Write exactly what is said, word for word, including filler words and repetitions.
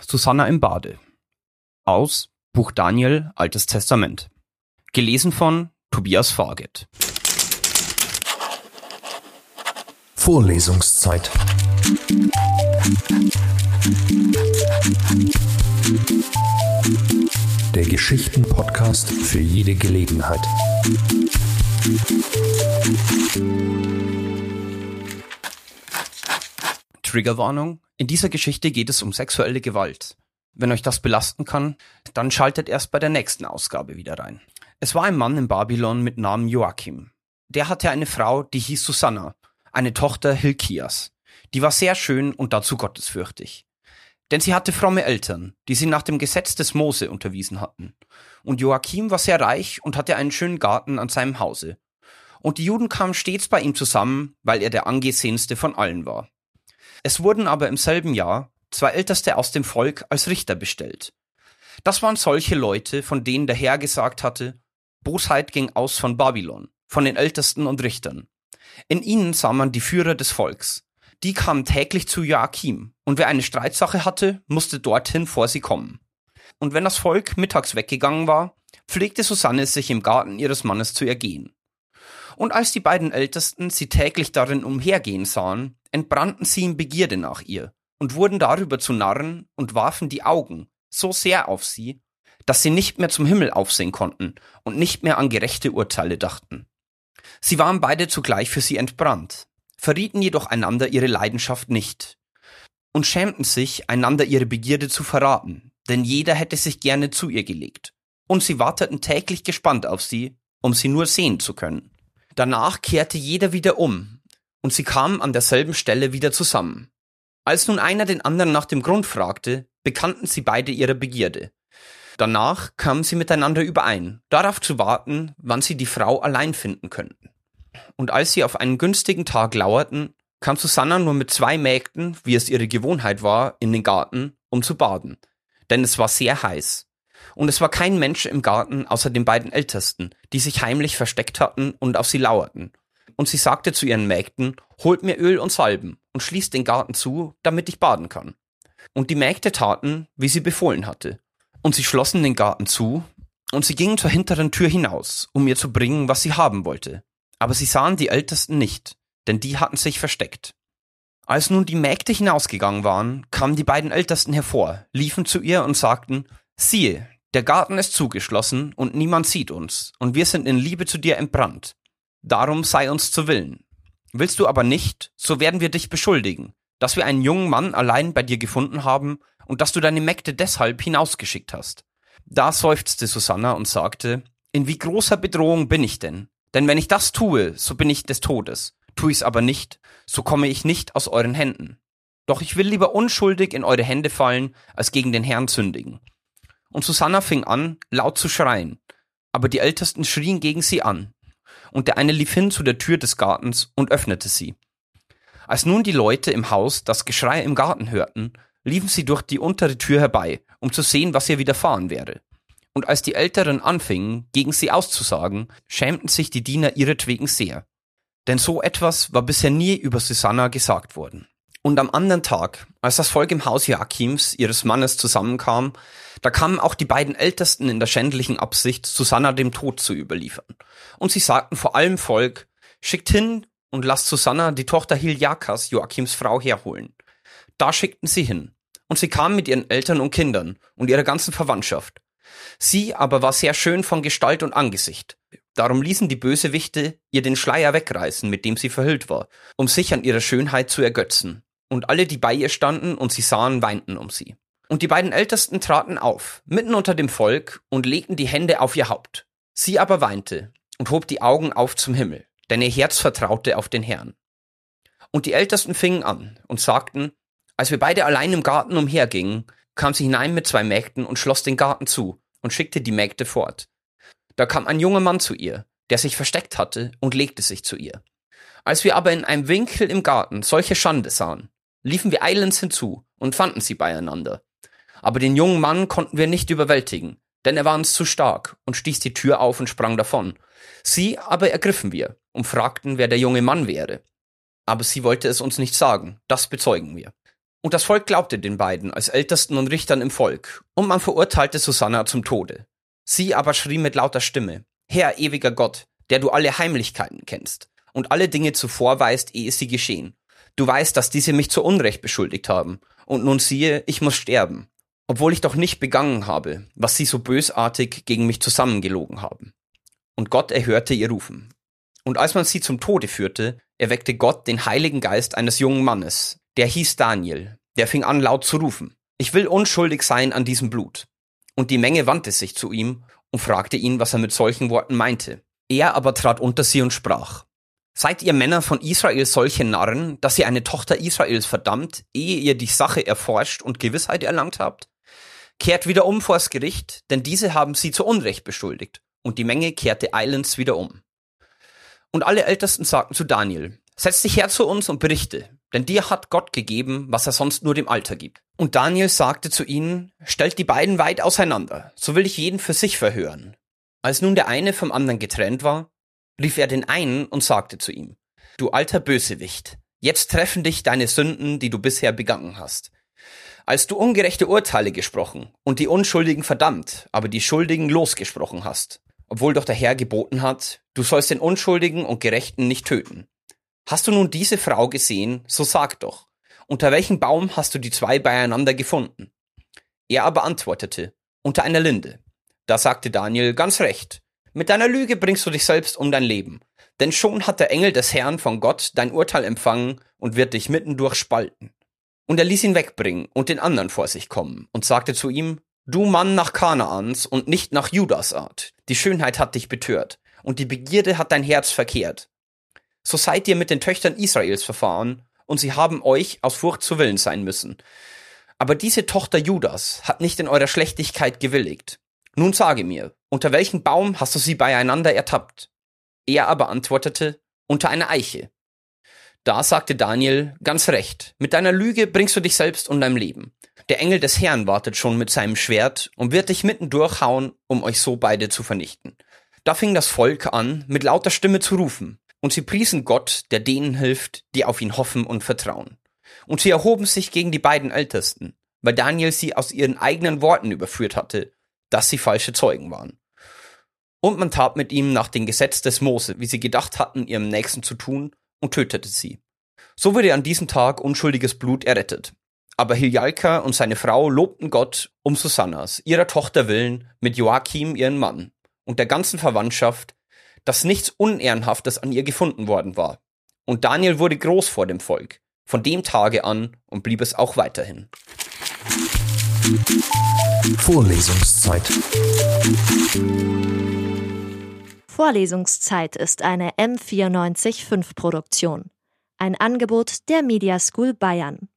Susanna im Bade. Aus Buch Daniel, Altes Testament. Gelesen von Tobias Farget. Vorlesungszeit. Der Geschichten-Podcast für jede Gelegenheit. Triggerwarnung: In dieser Geschichte geht es um sexuelle Gewalt. Wenn euch das belasten kann, dann schaltet erst bei der nächsten Ausgabe wieder rein. Es war ein Mann in Babylon mit Namen Joachim. Der hatte eine Frau, die hieß Susanna, eine Tochter Hilkias. Die war sehr schön und dazu gottesfürchtig. Denn sie hatte fromme Eltern, die sie nach dem Gesetz des Mose unterwiesen hatten. Und Joachim war sehr reich und hatte einen schönen Garten an seinem Hause. Und die Juden kamen stets bei ihm zusammen, weil er der angesehenste von allen war. Es wurden aber im selben Jahr zwei Älteste aus dem Volk als Richter bestellt. Das waren solche Leute, von denen der Herr gesagt hatte: Bosheit ging aus von Babylon, von den Ältesten und Richtern. In ihnen sah man die Führer des Volks. Die kamen täglich zu Joachim, und wer eine Streitsache hatte, musste dorthin vor sie kommen. Und wenn das Volk mittags weggegangen war, pflegte Susanne sich im Garten ihres Mannes zu ergehen. Und als die beiden Ältesten sie täglich darin umhergehen sahen, entbrannten sie in Begierde nach ihr und wurden darüber zu Narren und warfen die Augen so sehr auf sie, dass sie nicht mehr zum Himmel aufsehen konnten und nicht mehr an gerechte Urteile dachten. Sie waren beide zugleich für sie entbrannt, verrieten jedoch einander ihre Leidenschaft nicht und schämten sich, einander ihre Begierde zu verraten, denn jeder hätte sich gerne zu ihr gelegt. Und sie warteten täglich gespannt auf sie, um sie nur sehen zu können. Danach kehrte jeder wieder um, und sie kamen an derselben Stelle wieder zusammen. Als nun einer den anderen nach dem Grund fragte, bekannten sie beide ihre Begierde. Danach kamen sie miteinander überein, darauf zu warten, wann sie die Frau allein finden könnten. Und als sie auf einen günstigen Tag lauerten, kam Susanna nur mit zwei Mägden, wie es ihre Gewohnheit war, in den Garten, um zu baden. Denn es war sehr heiß. Und es war kein Mensch im Garten außer den beiden Ältesten, die sich heimlich versteckt hatten und auf sie lauerten. Und sie sagte zu ihren Mägden: Holt mir Öl und Salben und schließt den Garten zu, damit ich baden kann. Und die Mägde taten, wie sie befohlen hatte. Und sie schlossen den Garten zu, und sie gingen zur hinteren Tür hinaus, um ihr zu bringen, was sie haben wollte. Aber sie sahen die Ältesten nicht, denn die hatten sich versteckt. Als nun die Mägde hinausgegangen waren, kamen die beiden Ältesten hervor, liefen zu ihr und sagten: Siehe, der Garten ist zugeschlossen und niemand sieht uns, und wir sind in Liebe zu dir entbrannt. Darum sei uns zu Willen. Willst du aber nicht, so werden wir dich beschuldigen, dass wir einen jungen Mann allein bei dir gefunden haben und dass du deine Mägde deshalb hinausgeschickt hast. Da seufzte Susanna und sagte: In wie großer Bedrohung bin ich denn? Denn wenn ich das tue, so bin ich des Todes. Tue ich's aber nicht, so komme ich nicht aus euren Händen. Doch ich will lieber unschuldig in eure Hände fallen, als gegen den Herrn sündigen. Und Susanna fing an, laut zu schreien, aber die Ältesten schrien gegen sie an. Und der eine lief hin zu der Tür des Gartens und öffnete sie. Als nun die Leute im Haus das Geschrei im Garten hörten, liefen sie durch die untere Tür herbei, um zu sehen, was ihr widerfahren wäre. Und als die Älteren anfingen, gegen sie auszusagen, schämten sich die Diener ihretwegen sehr. Denn so etwas war bisher nie über Susanna gesagt worden. Und am anderen Tag, als das Volk im Haus Joachims, ihres Mannes, zusammenkam, da kamen auch die beiden Ältesten in der schändlichen Absicht, Susanna dem Tod zu überliefern. Und sie sagten vor allem Volk: Schickt hin und lasst Susanna, die Tochter Hilkias, Joachims Frau, herholen. Da schickten sie hin. Und sie kamen mit ihren Eltern und Kindern und ihrer ganzen Verwandtschaft. Sie aber war sehr schön von Gestalt und Angesicht. Darum ließen die Bösewichte ihr den Schleier wegreißen, mit dem sie verhüllt war, um sich an ihrer Schönheit zu ergötzen. Und alle, die bei ihr standen und sie sahen, weinten um sie. Und die beiden Ältesten traten auf, mitten unter dem Volk, und legten die Hände auf ihr Haupt. Sie aber weinte und hob die Augen auf zum Himmel, denn ihr Herz vertraute auf den Herrn. Und die Ältesten fingen an und sagten: Als wir beide allein im Garten umhergingen, kam sie hinein mit zwei Mägden und schloss den Garten zu und schickte die Mägde fort. Da kam ein junger Mann zu ihr, der sich versteckt hatte, und legte sich zu ihr. Als wir aber in einem Winkel im Garten solche Schande sahen, liefen wir eilends hinzu und fanden sie beieinander. Aber den jungen Mann konnten wir nicht überwältigen, denn er war uns zu stark und stieß die Tür auf und sprang davon. Sie aber ergriffen wir und fragten, wer der junge Mann wäre. Aber sie wollte es uns nicht sagen, das bezeugen wir. Und das Volk glaubte den beiden als Ältesten und Richtern im Volk, und man verurteilte Susanna zum Tode. Sie aber schrie mit lauter Stimme: Herr, ewiger Gott, der du alle Heimlichkeiten kennst und alle Dinge zuvor weißt, ehe sie geschehen. Du weißt, dass diese mich zu Unrecht beschuldigt haben, und nun siehe, ich muss sterben, obwohl ich doch nicht begangen habe, was sie so bösartig gegen mich zusammengelogen haben. Und Gott erhörte ihr Rufen. Und als man sie zum Tode führte, erweckte Gott den Heiligen Geist eines jungen Mannes, der hieß Daniel, der fing an laut zu rufen: Ich will unschuldig sein an diesem Blut. Und die Menge wandte sich zu ihm und fragte ihn, was er mit solchen Worten meinte. Er aber trat unter sie und sprach: Seid ihr Männer von Israel solche Narren, dass ihr eine Tochter Israels verdammt, ehe ihr die Sache erforscht und Gewissheit erlangt habt? Kehrt wieder um vors Gericht, denn diese haben sie zu Unrecht beschuldigt. Und die Menge kehrte eilends wieder um. Und alle Ältesten sagten zu Daniel: Setz dich her zu uns und berichte, denn dir hat Gott gegeben, was er sonst nur dem Alter gibt. Und Daniel sagte zu ihnen: Stellt die beiden weit auseinander, so will ich jeden für sich verhören. Als nun der eine vom anderen getrennt war, rief er den einen und sagte zu ihm: Du alter Bösewicht, jetzt treffen dich deine Sünden, die du bisher begangen hast. Als du ungerechte Urteile gesprochen und die Unschuldigen verdammt, aber die Schuldigen losgesprochen hast, obwohl doch der Herr geboten hat, du sollst den Unschuldigen und Gerechten nicht töten. Hast du nun diese Frau gesehen, so sag doch, unter welchem Baum hast du die zwei beieinander gefunden? Er aber antwortete: Unter einer Linde. Da sagte Daniel: Ganz recht, mit deiner Lüge bringst du dich selbst um dein Leben, denn schon hat der Engel des Herrn von Gott dein Urteil empfangen und wird dich mittendurch spalten. Und er ließ ihn wegbringen und den anderen vor sich kommen und sagte zu ihm: Du Mann nach Kanaans und nicht nach Judas Art, die Schönheit hat dich betört und die Begierde hat dein Herz verkehrt. So seid ihr mit den Töchtern Israels verfahren, und sie haben euch aus Furcht zu Willen sein müssen. Aber diese Tochter Judas hat nicht in eurer Schlechtigkeit gewilligt. Nun sage mir, unter welchem Baum hast du sie beieinander ertappt? Er aber antwortete: Unter einer Eiche. Da sagte Daniel: Ganz recht, mit deiner Lüge bringst du dich selbst um dein Leben. Der Engel des Herrn wartet schon mit seinem Schwert und wird dich mitten durchhauen, um euch so beide zu vernichten. Da fing das Volk an, mit lauter Stimme zu rufen, und sie priesen Gott, der denen hilft, die auf ihn hoffen und vertrauen. Und sie erhoben sich gegen die beiden Ältesten, weil Daniel sie aus ihren eigenen Worten überführt hatte, dass sie falsche Zeugen waren. Und man tat mit ihm nach dem Gesetz des Mose, wie sie gedacht hatten, ihrem Nächsten zu tun, und tötete sie. So wurde an diesem Tag unschuldiges Blut errettet. Aber Hiljalka und seine Frau lobten Gott um Susannas, ihrer Tochter willen, mit Joachim, ihren Mann, und der ganzen Verwandtschaft, dass nichts Unehrenhaftes an ihr gefunden worden war. Und Daniel wurde groß vor dem Volk, von dem Tage an, und blieb es auch weiterhin. Vorlesungszeit. Vorlesungszeit ist eine M vierundneunzig Komma fünf Produktion. Ein Angebot der Media School Bayern.